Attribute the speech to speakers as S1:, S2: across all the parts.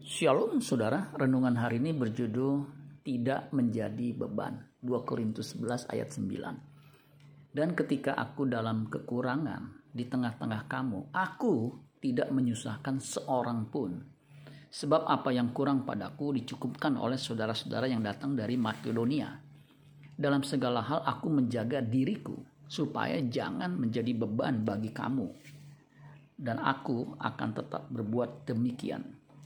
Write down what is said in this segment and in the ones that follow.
S1: Shalom saudara, renungan hari ini berjudul Tidak Menjadi Beban, 2 Korintus 11 ayat 9. Dan ketika aku dalam kekurangan di tengah-tengah kamu, aku tidak menyusahkan seorang pun. Sebab apa yang kurang padaku dicukupkan oleh saudara-saudara yang datang dari Makedonia. Dalam segala hal aku menjaga diriku supaya jangan menjadi beban bagi kamu. Dan aku akan tetap berbuat demikian.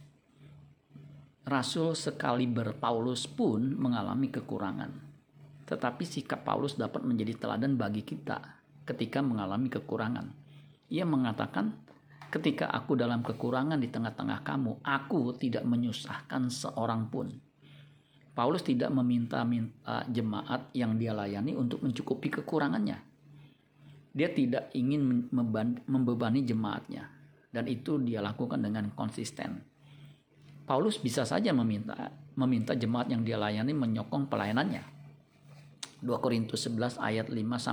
S1: Rasul sekaliber Paulus pun mengalami kekurangan. Tetapi sikap Paulus dapat menjadi teladan bagi kita ketika mengalami kekurangan. Ia mengatakan, ketika aku dalam kekurangan di tengah-tengah kamu, aku tidak menyusahkan seorang pun. Paulus tidak meminta jemaat yang dia layani untuk mencukupi kekurangannya. Dia tidak ingin membebani jemaatnya. Dan itu dia lakukan dengan konsisten. Paulus bisa saja meminta jemaat yang dia layani menyokong pelayanannya. 2 Korintus 11 ayat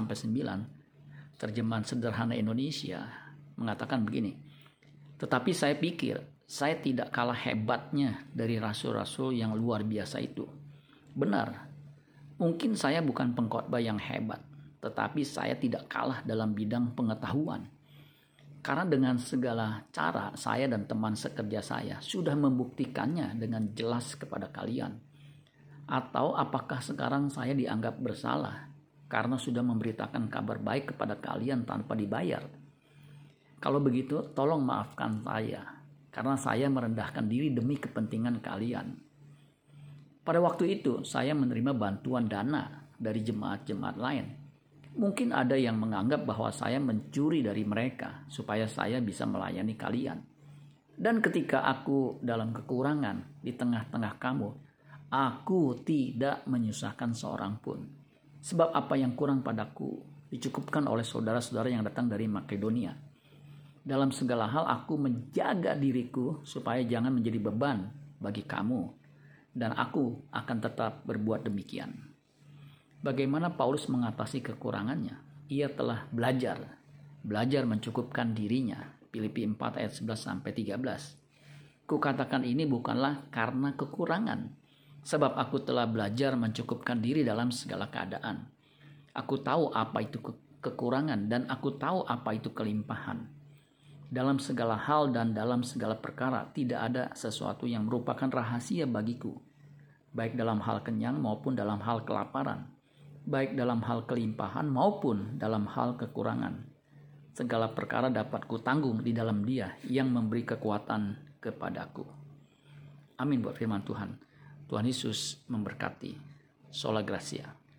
S1: 5-9, terjemahan sederhana Indonesia mengatakan begini. Tetapi saya pikir saya tidak kalah hebatnya dari rasul-rasul yang luar biasa itu. Benar, mungkin saya bukan pengkhotbah yang hebat, tetapi saya tidak kalah dalam bidang pengetahuan. Karena dengan segala cara saya dan teman sekerja saya sudah membuktikannya dengan jelas kepada kalian. Atau apakah sekarang saya dianggap bersalah karena sudah memberitakan kabar baik kepada kalian tanpa dibayar? Kalau begitu tolong maafkan saya karena saya merendahkan diri demi kepentingan kalian. Pada waktu itu saya menerima bantuan dana dari jemaat-jemaat lain. Mungkin ada yang menganggap bahwa saya mencuri dari mereka supaya saya bisa melayani kalian. Dan ketika aku dalam kekurangan di tengah-tengah kamu, aku tidak menyusahkan seorang pun. Sebab apa yang kurang padaku dicukupkan oleh saudara-saudara yang datang dari Makedonia. Dalam segala hal aku menjaga diriku supaya jangan menjadi beban bagi kamu. Dan aku akan tetap berbuat demikian. Bagaimana Paulus mengatasi kekurangannya? Ia telah belajar mencukupkan dirinya. Filipi 4 ayat 11-13. Kukatakan ini bukanlah karena kekurangan, sebab aku telah belajar mencukupkan diri dalam segala keadaan. Aku tahu apa itu kekurangan dan aku tahu apa itu kelimpahan. Dalam segala hal dan dalam segala perkara tidak ada sesuatu yang merupakan rahasia bagiku, baik dalam hal kenyang maupun dalam hal kelaparan, baik dalam hal kelimpahan maupun dalam hal kekurangan. Segala perkara dapat kutanggung di dalam Dia yang memberi kekuatan kepadaku. Amin buat firman Tuhan. Tuhan Yesus memberkati. Sola Gracia.